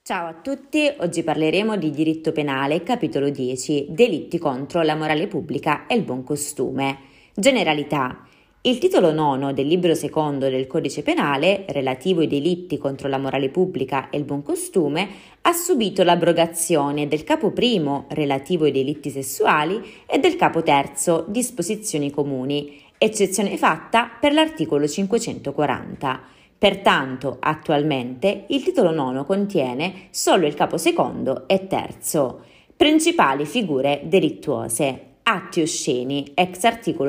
Ciao a tutti, oggi parleremo di diritto penale, capitolo 10, delitti contro la morale pubblica e il buon costume. Generalità. Il titolo nono del libro secondo del Codice Penale, relativo ai delitti contro la morale pubblica e il buon costume, ha subito l'abrogazione del capo primo, relativo ai delitti sessuali, e del capo terzo, disposizioni comuni, eccezione fatta per l'articolo 540. Pertanto, attualmente, il titolo nono contiene solo il capo secondo e terzo. Principali figure delittuose. Atti osceni, ex articolo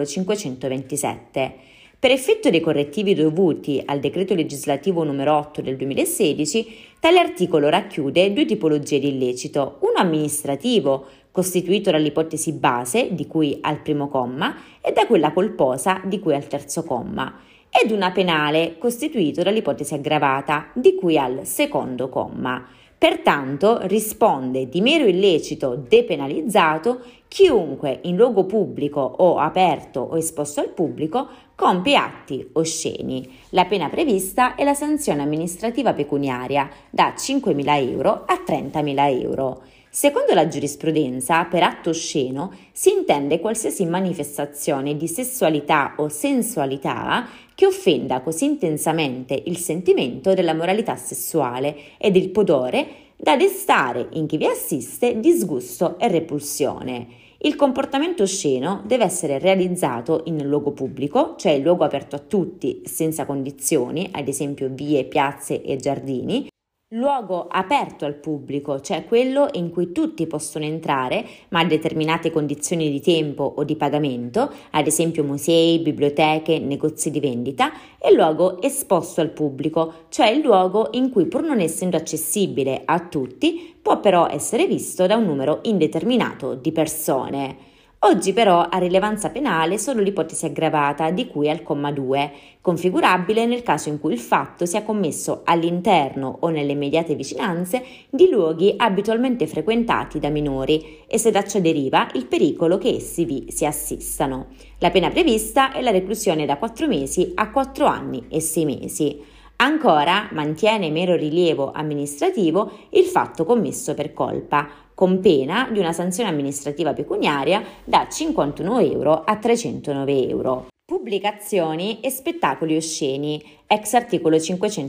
527. Per effetto dei correttivi dovuti al decreto legislativo numero 8 del 2016, tale articolo racchiude due tipologie di illecito, uno amministrativo, costituito dall'ipotesi base, di cui al primo comma, e da quella colposa, di cui al terzo comma, ed una penale, costituito dall'ipotesi aggravata, di cui al secondo comma. Pertanto risponde di mero illecito depenalizzato chiunque in luogo pubblico o aperto o esposto al pubblico compie atti osceni. La pena prevista è la sanzione amministrativa pecuniaria da 5.000 euro a 30.000 euro. Secondo la giurisprudenza, per atto osceno si intende qualsiasi manifestazione di sessualità o sensualità che offenda così intensamente il sentimento della moralità sessuale ed il pudore da destare in chi vi assiste disgusto e repulsione. Il comportamento osceno deve essere realizzato in luogo pubblico, cioè in luogo aperto a tutti, senza condizioni, ad esempio vie, piazze e giardini, luogo aperto al pubblico, cioè quello in cui tutti possono entrare, ma a determinate condizioni di tempo o di pagamento, ad esempio musei, biblioteche, negozi di vendita, e luogo esposto al pubblico, cioè il luogo in cui, pur non essendo accessibile a tutti, può però essere visto da un numero indeterminato di persone. Oggi però ha rilevanza penale solo l'ipotesi aggravata di cui al comma 2, configurabile nel caso in cui il fatto sia commesso all'interno o nelle immediate vicinanze di luoghi abitualmente frequentati da minori e se da ciò deriva il pericolo che essi vi si assistano. La pena prevista è la reclusione da 4 mesi a 4 anni e 6 mesi. Ancora mantiene mero rilievo amministrativo il fatto commesso per colpa, con pena di una sanzione amministrativa pecuniaria da 51 euro a 309 euro. Pubblicazioni e spettacoli osceni, ex articolo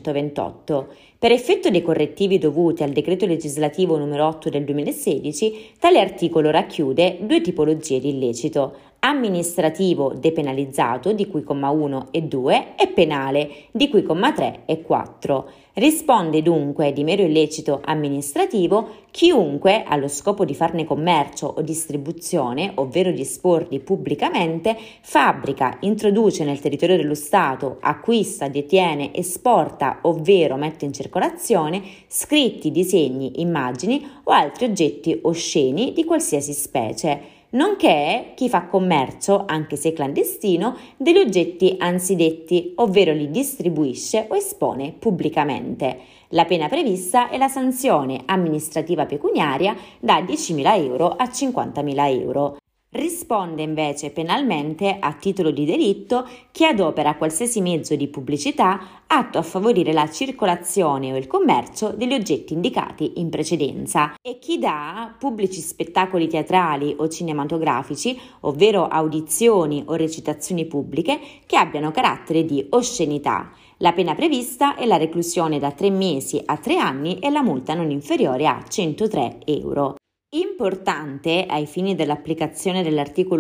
528. Per effetto dei correttivi dovuti al decreto legislativo numero 8 del 2016, tale articolo racchiude due tipologie di illecito: amministrativo depenalizzato, di cui comma 1 e 2, e penale, di cui comma 3 e 4. Risponde dunque di mero illecito amministrativo chiunque, allo scopo di farne commercio o distribuzione, ovvero di esporli pubblicamente, fabbrica, introduce nel territorio dello Stato, acquista, detiene, esporta, ovvero mette in circolazione scritti, disegni, immagini o altri oggetti osceni di qualsiasi specie, nonché chi fa commercio, anche se clandestino, degli oggetti anzidetti, ovvero li distribuisce o espone pubblicamente. La pena prevista è la sanzione amministrativa pecuniaria da 10.000 euro a 50.000 euro. Risponde invece penalmente, a titolo di delitto, chi adopera qualsiasi mezzo di pubblicità atto a favorire la circolazione o il commercio degli oggetti indicati in precedenza e chi dà pubblici spettacoli teatrali o cinematografici, ovvero audizioni o recitazioni pubbliche che abbiano carattere di oscenità. La pena prevista è la reclusione da 3 mesi a 3 anni e la multa non inferiore a 103 euro. Importante, ai fini dell'applicazione dell'articolo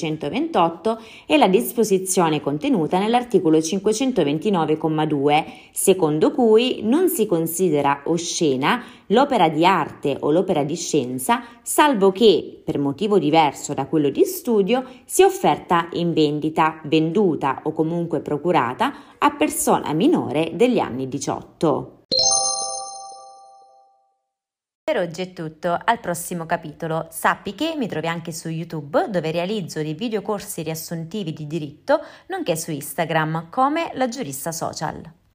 528, è la disposizione contenuta nell'articolo 529,2, secondo cui non si considera oscena l'opera di arte o l'opera di scienza, salvo che, per motivo diverso da quello di studio, sia offerta in vendita, venduta o comunque procurata a persona minore degli anni 18. Per oggi è tutto, al prossimo capitolo. Sappi che mi trovi anche su YouTube, dove realizzo dei videocorsi riassuntivi di diritto, nonché su Instagram come La Giurista Social.